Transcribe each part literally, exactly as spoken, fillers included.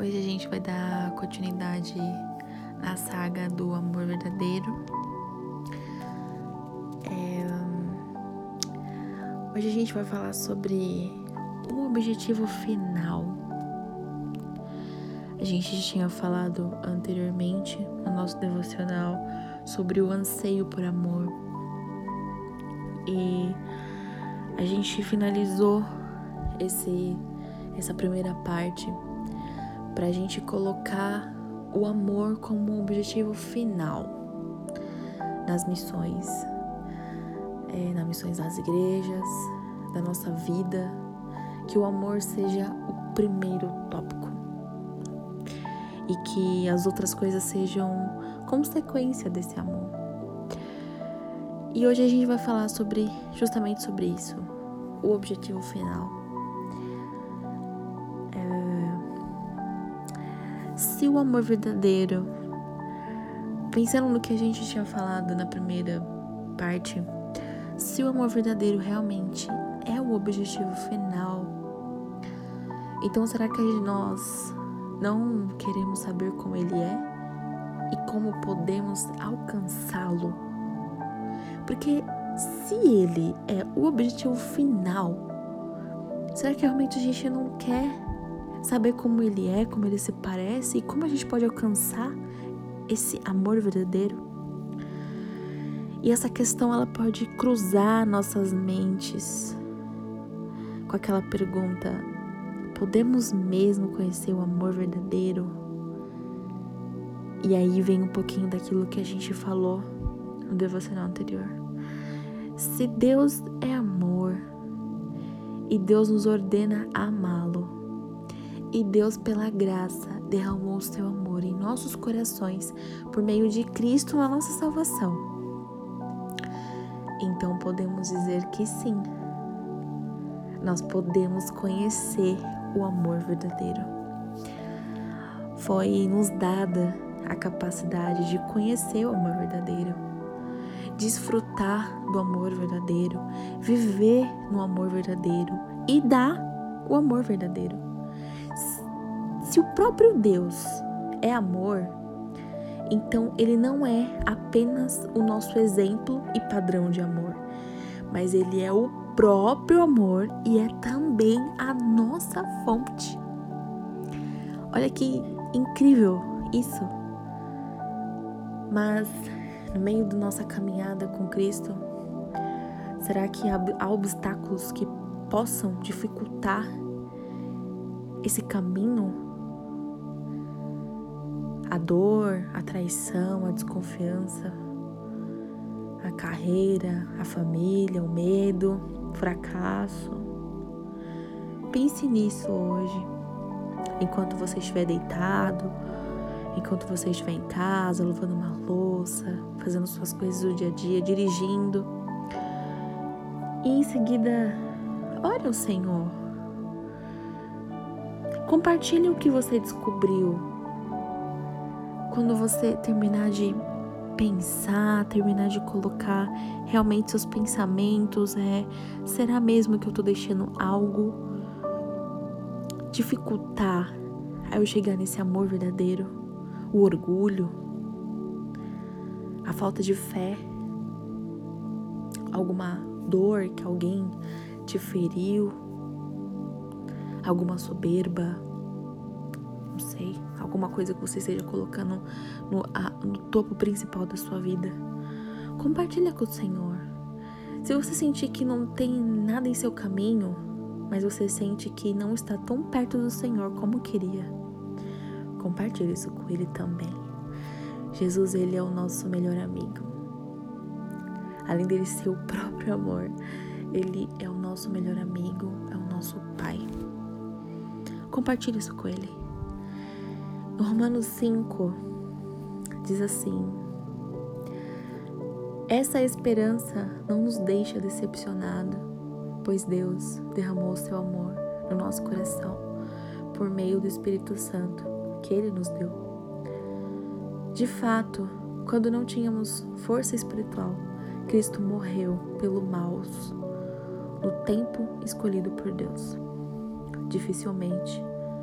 Hoje a gente vai dar continuidade na saga do amor verdadeiro. É... Hoje a gente vai falar sobre o objetivo final. A gente já tinha falado anteriormente no nosso devocional sobre o anseio por amor. E a gente finalizou esse, essa primeira parte para a gente colocar o amor como objetivo final nas missões, é, nas missões das igrejas, da nossa vida, que o amor seja o primeiro tópico e que as outras coisas sejam consequência desse amor. E hoje a gente vai falar sobre justamente sobre isso, o objetivo final. Se o amor verdadeiro, pensando no que a gente tinha falado na primeira parte, se o amor verdadeiro realmente é o objetivo final, então será que nós não queremos saber como ele é e como podemos alcançá-lo? Porque se ele é o objetivo final, será que realmente a gente não quer saber como ele é, como ele se parece e como a gente pode alcançar esse amor verdadeiro? E essa questão, ela pode cruzar nossas mentes com aquela pergunta: podemos mesmo conhecer o amor verdadeiro? E aí vem um pouquinho daquilo que a gente falou no devocional anterior. Se Deus é amor e Deus nos ordena a amá-lo, e Deus, pela graça, derramou o seu amor em nossos corações por meio de Cristo na nossa salvação, então podemos dizer que sim, nós podemos conhecer o amor verdadeiro. Foi nos dada a capacidade de conhecer o amor verdadeiro, desfrutar do amor verdadeiro, viver no amor verdadeiro e dar o amor verdadeiro. Se o próprio Deus é amor, então ele não é apenas o nosso exemplo e padrão de amor, mas ele é o próprio amor e é também a nossa fonte. Olha que incrível isso! Mas no meio da nossa caminhada com Cristo, será que há obstáculos que possam dificultar esse caminho? A dor, a traição, a desconfiança, a carreira, a família, o medo, o fracasso. Pense nisso hoje, enquanto você estiver deitado, enquanto você estiver em casa, lavando uma louça, fazendo suas coisas do dia a dia, dirigindo. E em seguida, ore ao Senhor. Compartilhe o que você descobriu. Quando você terminar de pensar, terminar de colocar realmente seus pensamentos, é, será mesmo que eu tô deixando algo dificultar a eu chegar nesse amor verdadeiro? O orgulho, a falta de fé, alguma dor que alguém te feriu, alguma soberba, não sei, alguma coisa que você esteja colocando no, a, no topo principal da sua vida. Compartilha com o Senhor. Se você sentir que não tem nada em seu caminho, mas você sente que não está tão perto do Senhor como queria, compartilhe isso com Ele também. Jesus, Ele é o nosso melhor amigo. Além dele ser o próprio amor, Ele é o nosso melhor amigo, é o nosso Pai. Compartilhe isso com Ele. No Romanos cinco, diz assim: essa esperança não nos deixa decepcionados, pois Deus derramou o seu amor no nosso coração por meio do Espírito Santo que Ele nos deu. De fato, quando não tínhamos força espiritual, Cristo morreu pelo mal no tempo escolhido por Deus. Dificilmente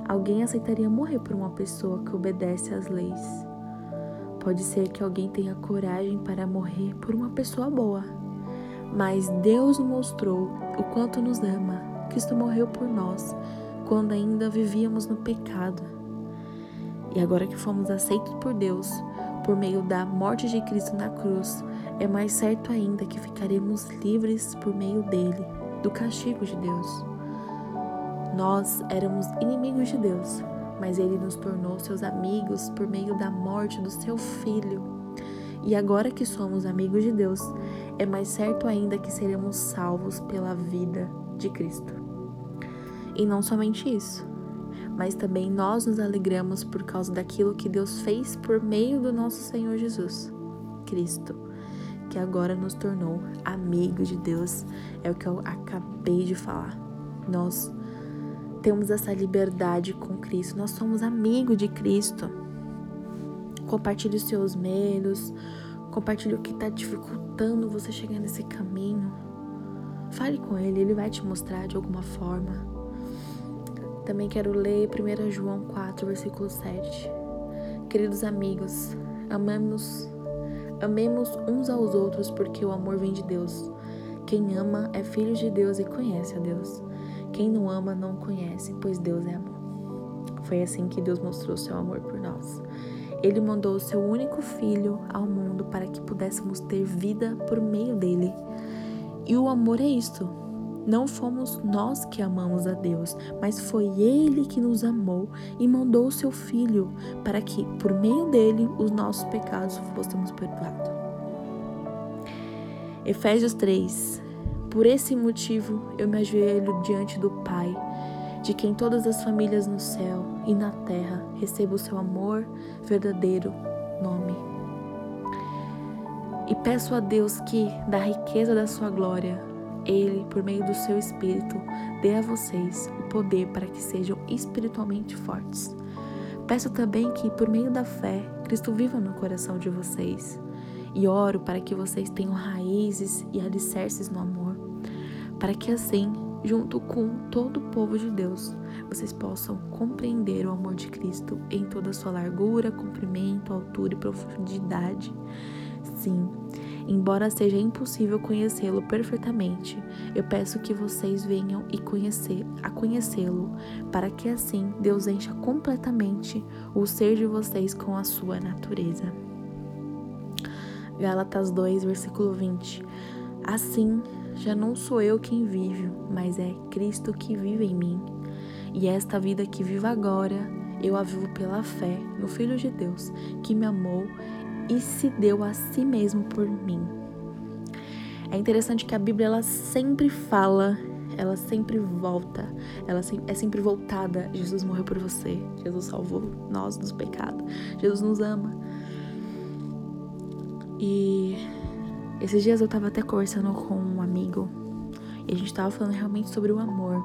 alguém aceitaria morrer por uma pessoa que obedece às leis. Pode ser que alguém tenha coragem para morrer por uma pessoa boa, mas Deus mostrou o quanto nos ama. Cristo morreu por nós quando ainda vivíamos no pecado. E agora que fomos aceitos por Deus, por meio da morte de Cristo na cruz, é mais certo ainda que ficaremos livres por meio dele, do castigo de Deus. Nós éramos inimigos de Deus, mas ele nos tornou seus amigos por meio da morte do seu Filho. E agora que somos amigos de Deus, é mais certo ainda que seremos salvos pela vida de Cristo. E não somente isso, mas também nós nos alegramos por causa daquilo que Deus fez por meio do nosso Senhor Jesus, Cristo, que agora nos tornou amigos de Deus. É o que eu acabei de falar. Nós temos essa liberdade com Cristo, nós somos amigos de Cristo. Compartilhe os seus medos, compartilhe o que está dificultando você chegar nesse caminho. Fale com Ele, Ele vai te mostrar de alguma forma. Também quero ler primeiro João quatro, versículo sete. Queridos amigos, amamos, amemos uns aos outros porque o amor vem de Deus. Quem ama é filho de Deus e conhece a Deus. Quem não ama não conhece, pois Deus é amor. Foi assim que Deus mostrou seu amor por nós. Ele mandou o seu único filho ao mundo para que pudéssemos ter vida por meio dele. E o amor é isto. Não fomos nós que amamos a Deus, mas foi Ele que nos amou e mandou o seu Filho para que, por meio dele, os nossos pecados fôssemos perdoados. Efésios três. Por esse motivo, eu me ajoelho diante do Pai, de quem todas as famílias no céu e na terra recebam o seu amor verdadeiro nome. E peço a Deus que, da riqueza da sua glória, Ele, por meio do seu Espírito, dê a vocês o poder para que sejam espiritualmente fortes. Peço também que, por meio da fé, Cristo viva no coração de vocês. E oro para que vocês tenham raízes e alicerces no amor, para que assim, junto com todo o povo de Deus, vocês possam compreender o amor de Cristo em toda a sua largura, comprimento, altura e profundidade. Sim, embora seja impossível conhecê-lo perfeitamente, eu peço que vocês venham e conhecer, a conhecê-lo, para que assim Deus encha completamente o ser de vocês com a sua natureza. Gálatas dois, versículo vinte. Assim, já não sou eu quem vive, mas é Cristo que vive em mim. E esta vida que vivo agora, eu a vivo pela fé no Filho de Deus, que me amou e se deu a si mesmo por mim. É interessante que a Bíblia, ela sempre fala, ela sempre volta, ela é sempre voltada. Jesus morreu por você, Jesus salvou nós dos pecados, Jesus nos ama. E esses dias eu tava até conversando com um amigo e a gente tava falando realmente sobre o amor.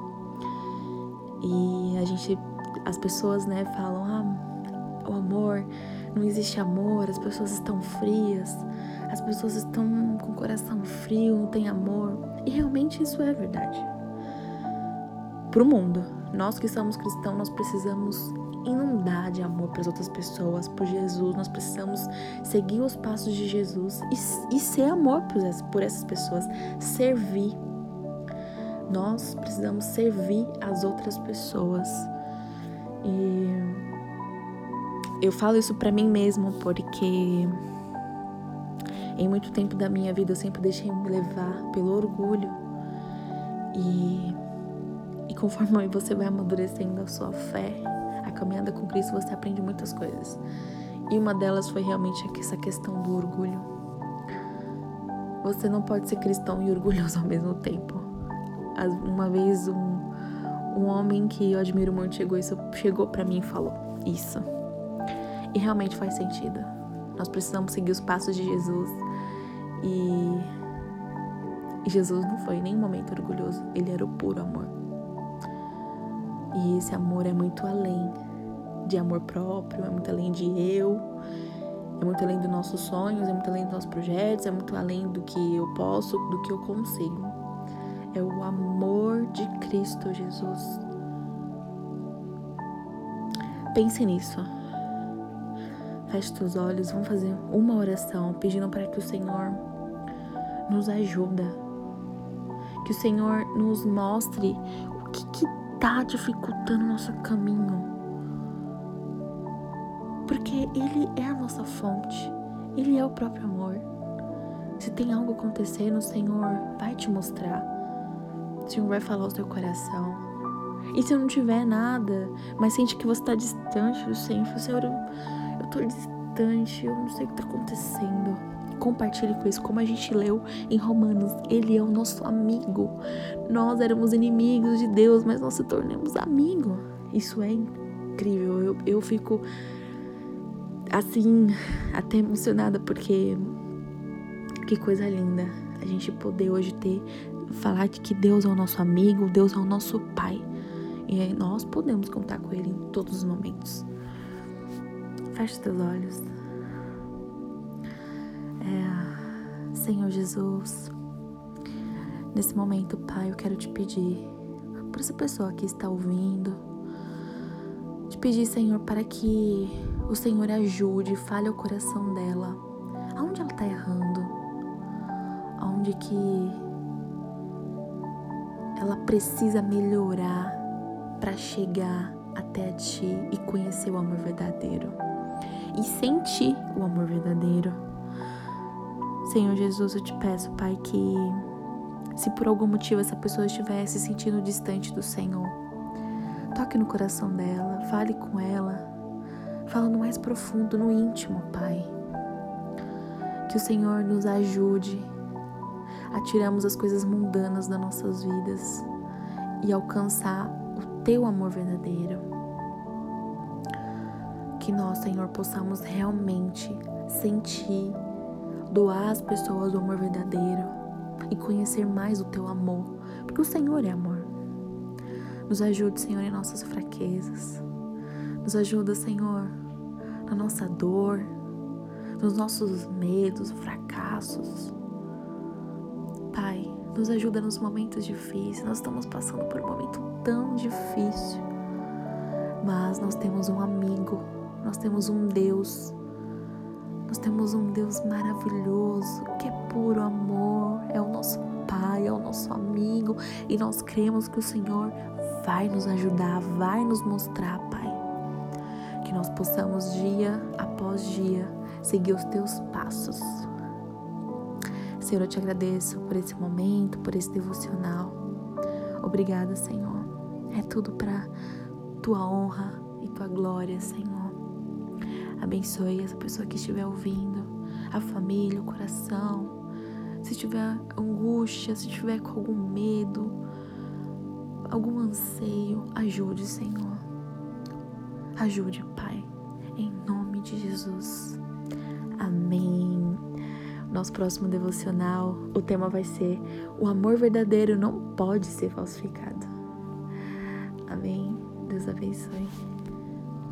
E a gente, as pessoas, né, falam, ah, o amor, não existe amor, as pessoas estão frias, as pessoas estão com o coração frio, não tem amor. E realmente isso é verdade. Pro mundo, nós que somos cristãos, nós precisamos inundar de amor para as outras pessoas, por Jesus. Nós precisamos seguir os passos de Jesus e, e ser amor por essas, por essas pessoas, servir. Nós precisamos servir as outras pessoas. E eu falo isso para mim mesmo porque em muito tempo da minha vida eu sempre deixei me levar pelo orgulho. E, e conforme você vai amadurecendo a sua fé, a caminhada com Cristo, você aprende muitas coisas. E uma delas foi realmente essa questão do orgulho. Você não pode ser cristão e orgulhoso ao mesmo tempo. Uma vez um, um homem que eu admiro muito chegou, isso, chegou pra mim e falou isso. E realmente faz sentido. Nós precisamos seguir os passos de Jesus. E, e Jesus não foi em nenhum momento orgulhoso. Ele era o puro amor. E esse amor é muito além de amor próprio, é muito além de eu, é muito além dos nossos sonhos, é muito além dos nossos projetos, é muito além do que eu posso, do que eu consigo. É o amor de Cristo Jesus. Pense nisso. Feche seus olhos, vamos fazer uma oração pedindo para que o Senhor nos ajuda. Que o Senhor nos mostre o que que tá dificultando o nosso caminho. Porque Ele é a nossa fonte. Ele é o próprio amor. Se tem algo acontecendo, o Senhor vai te mostrar. O Senhor vai falar ao seu coração. E se não tiver nada, mas sente que você está distante do Senhor, Senhor, eu, eu tô distante, eu não sei o que está acontecendo. Compartilhe com isso, como a gente leu em Romanos. Ele é o nosso amigo. Nós éramos inimigos de Deus, mas nós se tornamos amigos. Isso é incrível. Eu, eu fico assim, até emocionada, porque que coisa linda a gente poder hoje ter, falar que Deus é o nosso amigo, Deus é o nosso Pai. E aí nós podemos contar com Ele em todos os momentos. Feche os teus olhos. É, Senhor Jesus, nesse momento, Pai, eu quero te pedir, por essa pessoa que está ouvindo, te pedir, Senhor, para que o Senhor ajude, fale o coração dela, aonde ela está errando, aonde que ela precisa melhorar para chegar até ti e conhecer o amor verdadeiro e sentir o amor verdadeiro. Senhor Jesus, eu te peço, Pai, que se por algum motivo essa pessoa estiver se sentindo distante do Senhor, toque no coração dela, fale com ela, fala no mais profundo, no íntimo, Pai. Que o Senhor nos ajude a tirarmos as coisas mundanas das nossas vidas e alcançar o Teu amor verdadeiro. Que nós, Senhor, possamos realmente sentir, doar às pessoas o amor verdadeiro e conhecer mais o Teu amor, porque o Senhor é amor. Nos ajude, Senhor, em nossas fraquezas. Nos ajuda, Senhor, na nossa dor, nos nossos medos, fracassos. Pai, nos ajuda nos momentos difíceis. Nós estamos passando por um momento tão difícil, mas nós temos um amigo, nós temos um Deus, nós temos um Deus maravilhoso, que é puro amor, é o nosso Pai, é o nosso amigo, e nós cremos que o Senhor vai nos ajudar, vai nos mostrar, Pai, que nós possamos dia após dia seguir os Teus passos. Senhor, eu te agradeço por esse momento, por esse devocional. Obrigada, Senhor. É tudo para Tua honra e Tua glória, Senhor. Abençoe essa pessoa que estiver ouvindo, a família, o coração. Se tiver angústia, se tiver com algum medo, algum anseio, ajude, Senhor. Ajude, Pai, em nome de Jesus. Amém. Nosso próximo devocional, o tema vai ser: o amor verdadeiro não pode ser falsificado. Amém. Deus abençoe.